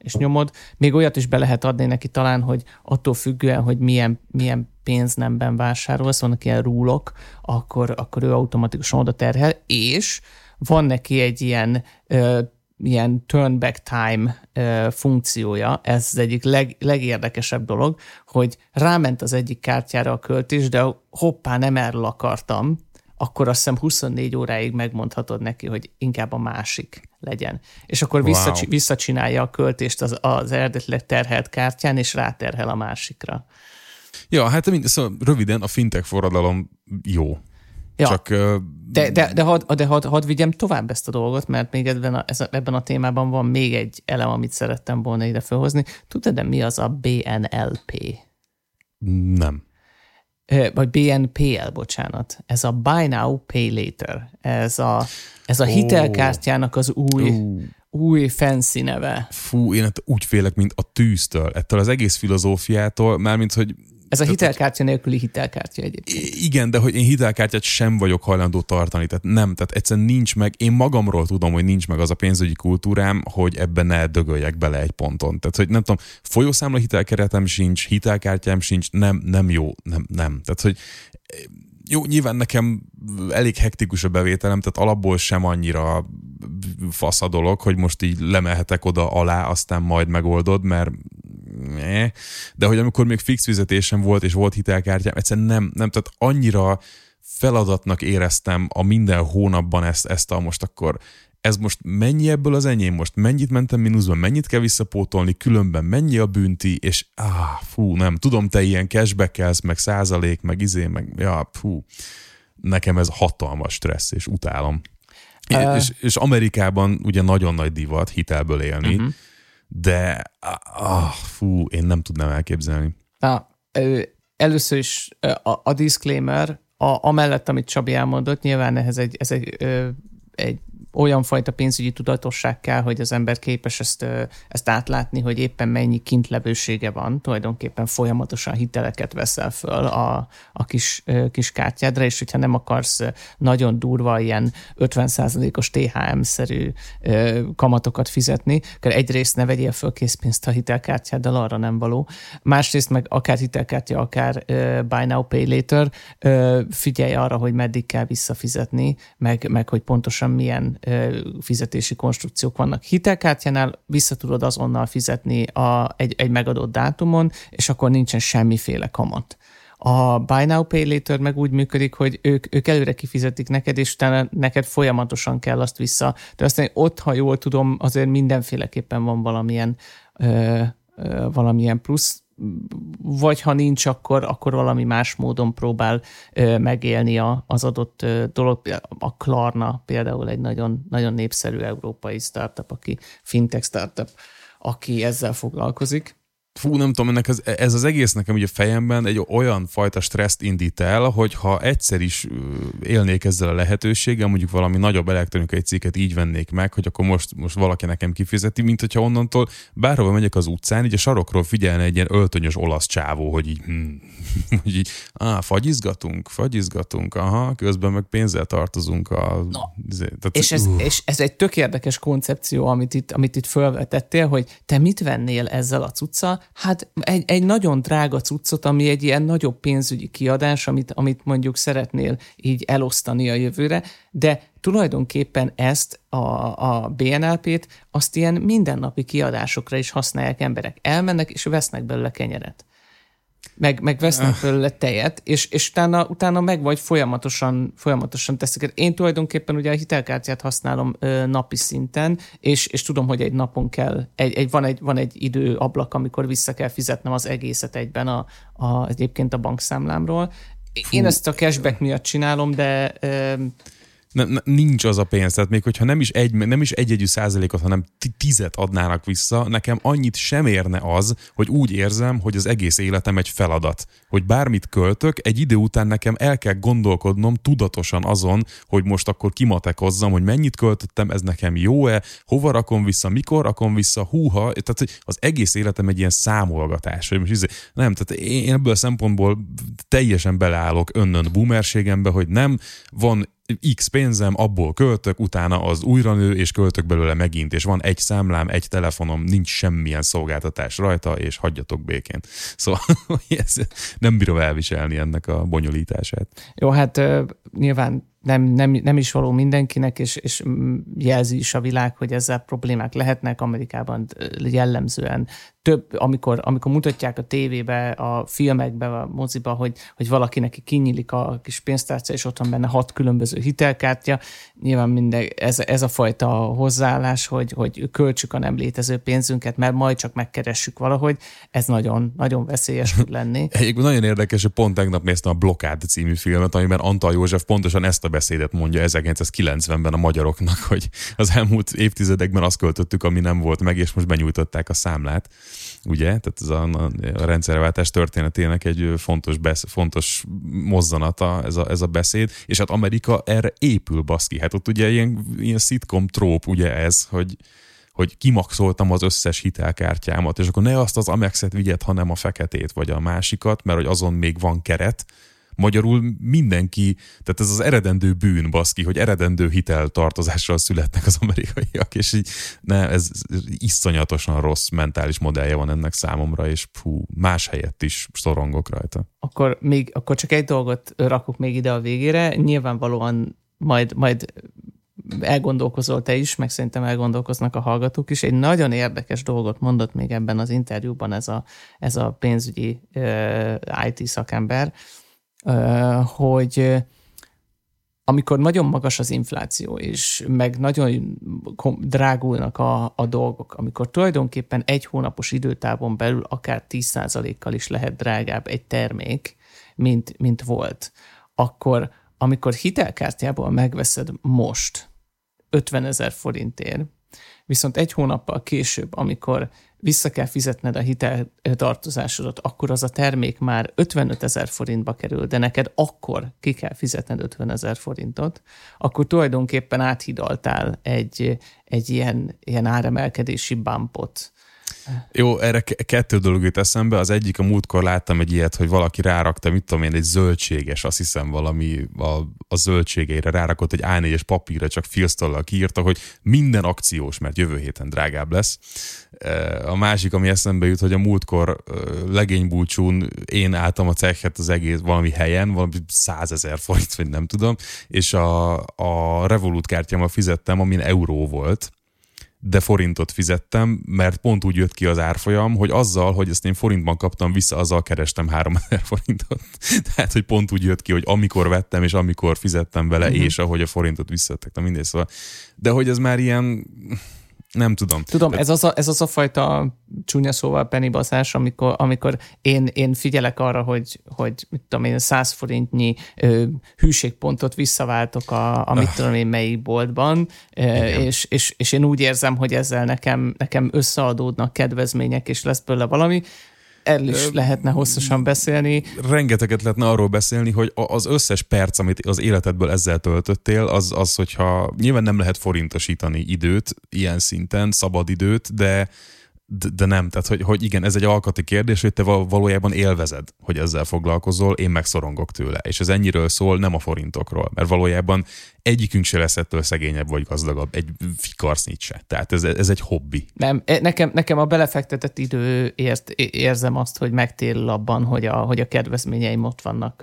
és nyomod. Még olyat is be lehet adni neki talán, hogy attól függően, hogy milyen, milyen pénznemben vásárolsz, vannak ilyen rúlok, akkor, akkor ő automatikusan oda terhel, és van neki egy ilyen ö, ilyen turn back time uh, funkciója, ez az egyik leg, legérdekesebb dolog, hogy ráment az egyik kártyára a költés, de hoppá, nem erről akartam, akkor azt hiszem huszonnégy óráig megmondhatod neki, hogy inkább a másik legyen. És akkor wow. visszacs- visszacsinálja a költést az, az eredetileg terhelt kártyán, és ráterhel a másikra. Ja, hát mind, szóval röviden a fintech forradalom jó. Ja. Csak, uh, de de, de, hadd de had, had vigyem tovább ezt a dolgot, mert még ebben a, ez, ebben a témában van még egy elem, amit szerettem volna ide felhozni. Tudod, de mi az a bé en el pé? Nem. Vagy bé en pé el, bocsánat. Ez a Buy Now, Pay Later. Ez a, ez a hitelkártyának az új, oh. új fancy neve. Fú, én úgy félek, mint a tűztől. Ettől az egész filozófiától, mármint, hogy ez a hitelkártya nélküli hitelkártya egyébként. Igen, de hogy én hitelkártyát sem vagyok hajlandó tartani, tehát nem, tehát egyszerűen nincs meg, én magamról tudom, hogy nincs meg az a pénzügyi kultúrám, hogy ebben ne dögöljek bele egy ponton. Tehát, hogy nem tudom, folyószámla hitelkeretem sincs, hitelkártyám sincs, nem, nem jó, nem, nem. Tehát, hogy jó, nyilván nekem elég hektikus a bevételem, tehát alapból sem annyira fasz a dolog, hogy most így lemelhetek oda alá, aztán majd megoldod, mert de hogy amikor még fix fizetésem volt, és volt hitelkártyám, egyszerűen nem, nem, tehát annyira feladatnak éreztem a minden hónapban ezt, ezt a most akkor, ez most mennyi ebből az enyém, most mennyit mentem mínuszban, mennyit kell visszapótolni, különben mennyi a bünti, és áh, fú, nem, tudom, te ilyen cashback-elsz, meg százalék, meg izé, meg ja, fú, nekem ez hatalmas stressz, és utálom. Uh. És, és Amerikában ugye nagyon nagy divat hitelből élni, uh-huh. de ah, fú, én nem tudnám elképzelni. Ah, először is a, a disclaimer, a, amellett, amit Csabi elmondott, nyilván ez egy, ez egy, egy olyan fajta pénzügyi tudatosság kell, hogy az ember képes ezt, ezt átlátni, hogy éppen mennyi kintlevősége van, tulajdonképpen folyamatosan hiteleket veszel föl a, a kis, kis kártyádra, és hogyha nem akarsz nagyon durva ilyen ötven százalékos té há em-szerű kamatokat fizetni, akkor egyrészt ne vegyél föl készpénzt a hitelkártyáddal, arra nem való. Másrészt meg akár hitelkártya, akár Buy Now, Pay Later, figyelj arra, hogy meddig kell visszafizetni, meg, meg hogy pontosan milyen fizetési konstrukciók vannak. Hitelkártyánál vissza tudod azonnal fizetni a, egy, egy megadott dátumon, és akkor nincsen semmiféle kamat. A Buy Now, Pay Later meg úgy működik, hogy ők, ők előre kifizetik neked, és utána neked folyamatosan kell azt vissza. De aztán ott, ha jól tudom, azért mindenféleképpen van valamilyen, ö, ö, valamilyen plusz, vagy ha nincs, akkor, akkor valami más módon próbál ö, megélni a, az adott ö, dolog. A Klarna például egy nagyon, nagyon népszerű európai startup, aki fintech startup, aki ezzel foglalkozik. Fú, nem tudom, ennek ez, ez az egész nekem ugye fejemben egy olyan fajta stresszt indít el, hogy ha egyszer is élnék ezzel a lehetőséggel, mondjuk valami nagyobb elektronikai cikket így vennék meg, hogy akkor most, most valaki nekem kifizeti, mint hogyha onnantól bárhova megyek az utcán, így a sarokról figyelne egy ilyen öltönyös olasz csávó, hogy így, hmm, hogy így á, fagyizgatunk, fagyizgatunk, aha, közben meg pénzzel tartozunk. A, no. tehát, és, ez, uh. és ez egy tök érdekes koncepció, amit itt, amit itt felvetettél, hogy te mit vennél ezzel a cuccal? Hát egy, egy nagyon drága cuccot, ami egy ilyen nagyobb pénzügyi kiadás, amit, amit mondjuk szeretnél így elosztani a jövőre, de tulajdonképpen ezt a, a bé en el pét azt ilyen mindennapi kiadásokra is használják emberek. Elmennek és vesznek belőle kenyeret. Meg, meg vesznek belőle tejet, és, és utána, utána meg vagy folyamatosan, folyamatosan teszik. Én tulajdonképpen ugye a hitelkártyát használom ö, napi szinten, és, és tudom, hogy egy napon kell, egy, egy, van, egy, van egy időablak, amikor vissza kell fizetnem az egészet egyben a, a, egyébként a bankszámlámról. Fú. Én ezt a cashback miatt csinálom, de... Ö, Ne, ne, nincs az a pénz, tehát még hogyha nem is egy, nem is egy-egyű százalékot, hanem tizet adnának vissza, nekem annyit sem érne az, hogy úgy érzem, hogy az egész életem egy feladat. Hogy bármit költök, egy idő után nekem el kell gondolkodnom tudatosan azon, hogy most akkor kimatekozzam, hogy mennyit költöttem, ez nekem jó-e, hova rakom vissza, mikor rakom vissza, húha, tehát az egész életem egy ilyen számolgatás. Hogy most izé, nem, tehát én ebből a szempontból teljesen beleállok önnön boomerségembe, hogy nem, van X pénzem, abból költök, utána az újra nő, és költök belőle megint, és van egy számlám, egy telefonom, nincs semmilyen szolgáltatás rajta, és hagyjatok békén. Szóval ez nem bírom elviselni ennek a bonyolítását. Jó, hát uh, nyilván nem, nem, nem is való mindenkinek, és, és jelzi is a világ, hogy ezzel problémák lehetnek. Amerikában jellemzően több, amikor, amikor mutatják a tévébe, a filmekbe, a moziba, hogy, hogy valaki neki kinyílik a kis pénztárca, és ott van benne hat különböző hitelkártya. Nyilván minden, ez, ez a fajta hozzáállás, hogy, hogy költsük a nem létező pénzünket, mert majd csak megkeressük valahogy, ez nagyon, nagyon veszélyes tud lenni. Egyébként nagyon érdekes, hogy pont tegnap néztem a Blokkád című filmet, amiben Antal József pontosan ezt a beszédet mondja ezerkilencszázkilencvenben a magyaroknak, hogy az elmúlt évtizedekben azt költöttük, ami nem volt meg, és most benyújtották a számlát. Ugye? Tehát ez a, a rendszerváltás történetének egy fontos, besz, fontos mozzanata ez a, ez a beszéd, és hát Amerika erre épül, baszki. Hát ott ugye ilyen, ilyen szitkom tróp, ugye ez, hogy, hogy kimaxoltam az összes hitelkártyámat, és akkor ne azt az Amexet vigyed, hanem a feketét, vagy a másikat, mert hogy azon még van keret. Magyarul mindenki, tehát ez az eredendő bűn, baszki, hogy eredendő hiteltartozással születnek az amerikaiak, és így ne, ez iszonyatosan rossz mentális modellje van ennek számomra, és fú, más helyett is szorongok rajta. Akkor, még, akkor csak egy dolgot rakok még ide a végére, nyilvánvalóan majd, majd elgondolkozol te is, meg szerintem elgondolkoznak a hallgatók is. Egy nagyon érdekes dolgot mondott még ebben az interjúban ez a, ez a pénzügyi uh, i té szakember, hogy amikor nagyon magas az infláció, és meg nagyon drágulnak a, a dolgok, amikor tulajdonképpen egy hónapos időtávon belül akár tíz százalékkal is lehet drágább egy termék, mint, mint volt, akkor amikor hitelkártyából megveszed most ötvenezer forintért, viszont egy hónappal később, amikor vissza kell fizetned a hiteltartozásodat, akkor az a termék már ötvenötezer forintba kerül, de neked akkor ki kell fizetned ötvenezer forintot, akkor tulajdonképpen áthidaltál egy, egy ilyen, ilyen áremelkedési bumpot. Jó, erre kettő dolog jut eszembe. Az egyik, a múltkor láttam egy ilyet, hogy valaki rárakta, mit tudom én, egy zöldséges, azt hiszem valami a, a zöldségeire rárakott egy á négyes papírra, csak filztollal kiírta, hogy minden akciós, mert jövő héten drágább lesz. A másik, ami eszembe jut, hogy a múltkor legénybúcsún én álltam a cekhet az egész valami helyen, valami százezer forint, vagy nem tudom, és a, a Revolut kártyámmal fizettem, amin euró volt, de forintot fizettem, mert pont úgy jött ki az árfolyam, hogy azzal, hogy ezt én forintban kaptam vissza, azzal kerestem háromezer forintot. Tehát, hogy pont úgy jött ki, hogy amikor vettem, és amikor fizettem vele, uh-huh. és ahogy a forintot visszatettem, mindegy, szóval. De hogy ez már ilyen... Nem tudom. Tudom, ez az a, ez az a fajta csúnya szóval penibaszás, amikor, amikor én, én figyelek arra, hogy, hogy mit tudom én, száz forintnyi ö, hűségpontot visszaváltok a, a mit tudom én melyik boltban, ö, és, és, és én úgy érzem, hogy ezzel nekem, nekem összeadódnak kedvezmények, és lesz belőle valami. Erről is lehetne hosszasan beszélni. Rengeteget lehetne arról beszélni, hogy az összes perc, amit az életedből ezzel töltöttél, az, az hogyha nyilván nem lehet forintosítani időt, ilyen szinten, szabad időt, de, de, de nem. Tehát, hogy, hogy igen, ez egy alkati kérdés, hogy te valójában élvezed, hogy ezzel foglalkozol, én megszorongok tőle. És ez ennyiről szól, nem a forintokról. Mert valójában egyikünk se lesz ettől szegényebb vagy gazdagabb, egy fikarsznyit se. Tehát ez, ez egy hobbi. Nem, nekem, nekem a belefektetett időért érzem azt, hogy megtérül abban, hogy a, hogy a kedvezményeim ott vannak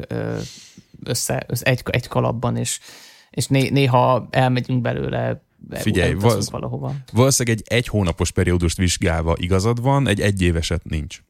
össze, össze egy, egy kalapban, és, és né, néha elmegyünk belőle. Figyelj, valósz, valahova. valószínűleg egy egy hónapos periódust vizsgálva igazad van, egy egyéveset nincs.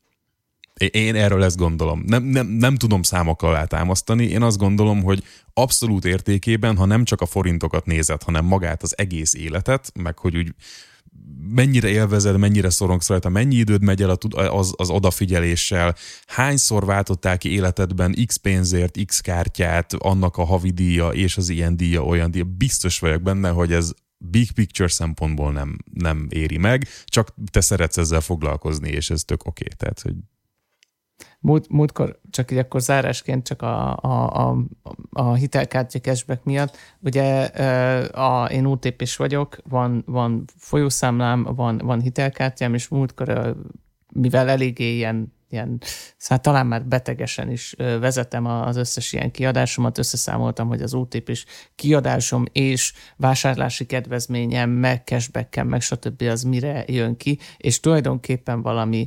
Én erről ezt gondolom. Nem, nem, nem tudom számokkal alátámasztani. Én azt gondolom, hogy abszolút értékében, ha nem csak a forintokat nézed, hanem magát az egész életet, meg hogy úgy mennyire élvezed, mennyire szorongsz rajta, mennyi időd megy el az, az odafigyeléssel, hányszor váltottál ki életedben X pénzért, X kártyát, annak a havidíja és az ilyen díja, olyan díja. Biztos vagyok benne, hogy ez big picture szempontból nem, nem éri meg, csak te szeretsz ezzel foglalkozni, és ez tök oké. Okay. Tehát, hogy Múlt, múltkor, csak így akkor zárásként csak a, a, a, a hitelkártya cashback miatt, ugye a, én o té pés vagyok, van, van folyószámlám, van, van hitelkártyám, és múltkor, mivel eléggé ilyen, ilyen, szóval talán már betegesen is vezetem az összes ilyen kiadásomat, összeszámoltam, hogy az o té pés kiadásom és vásárlási kedvezményem, meg cashback-em, meg stb. Az mire jön ki, és tulajdonképpen valami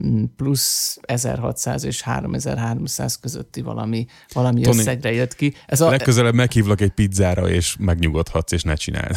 plusz ezerhatszáz és háromezer-háromszáz közötti valami, valami Tony, összegre jött ki. Ez a, legközelebb meghívlak egy pizzára, és megnyugodhatsz, és ne csináld.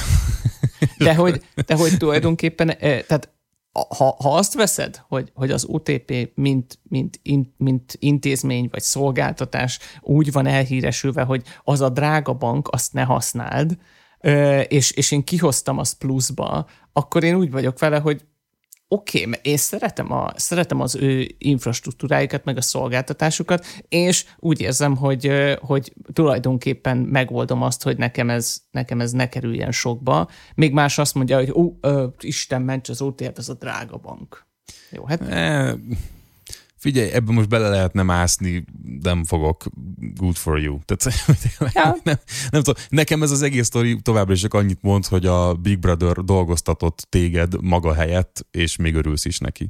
De hogy, de hogy tulajdonképpen, tehát ha, ha azt veszed, hogy, hogy az o té pé mint, mint, in, mint intézmény vagy szolgáltatás úgy van elhíresülve, hogy az a drága bank, azt ne használd, és, és én kihoztam azt pluszba, akkor én úgy vagyok vele, hogy oké, okay, én szeretem, a, szeretem az ő infrastruktúrájukat, meg a szolgáltatásukat, és úgy érzem, hogy, hogy tulajdonképpen megoldom azt, hogy nekem ez, nekem ez ne kerüljen sokba. Még más azt mondja, hogy ó, ö, Isten ments, az o té, ez a drága bank. Jó, hát... E, figyelj, ebben most bele lehetne mászni, nem fogok. Good for you. Tehát, ja. nem, nem tudom. Nekem ez az egész sztori továbbra is csak annyit mond, hogy a Big Brother dolgoztatott téged maga helyett, és még örülsz is neki.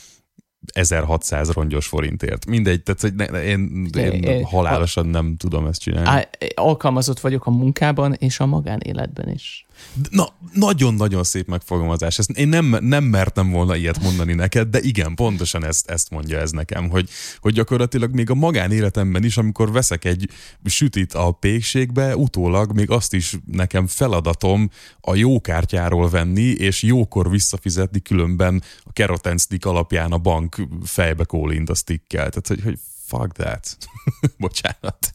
ezerhatszáz rongyos forintért. Mindegy, tehát hogy ne, én, én é, halálosan nem tudom ezt csinálni. Á, alkalmazott vagyok a munkában és a magánéletben is. Na, nagyon-nagyon szép megfogalmazás. Ezt én nem, nem mertem volna ilyet mondani neked, de igen, pontosan ezt, ezt mondja ez nekem, hogy, hogy gyakorlatilag még a magánéletemben is, amikor veszek egy sütit a pékségbe, utólag még azt is nekem feladatom a jó kártyáról venni, és jókor visszafizetni, különben a Keroten stick alapján a bank fejbe kólint a stickkel. Tehát, hogy, hogy fuck that. Bocsánat.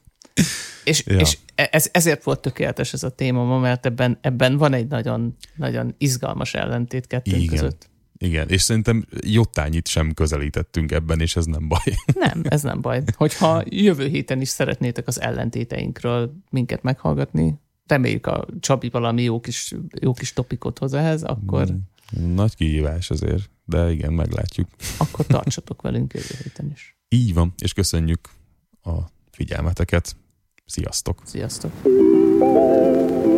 És, ja. és ez, ezért volt tökéletes ez a téma ma, mert ebben, ebben van egy nagyon, nagyon izgalmas ellentét kettőnk Igen. között. Igen, és szerintem jottányit sem közelítettünk ebben, és ez nem baj. Nem, ez nem baj. Hogyha jövő héten is szeretnétek az ellentéteinkről minket meghallgatni, reméljük a Csabi valami jó kis, jó kis topikot hoz ehhez, akkor... Nagy kihívás azért, de igen, meglátjuk. Akkor tartsatok velünk jövő héten is. Így van, és köszönjük a figyelmeteket. Sziasztok! Sziasztok!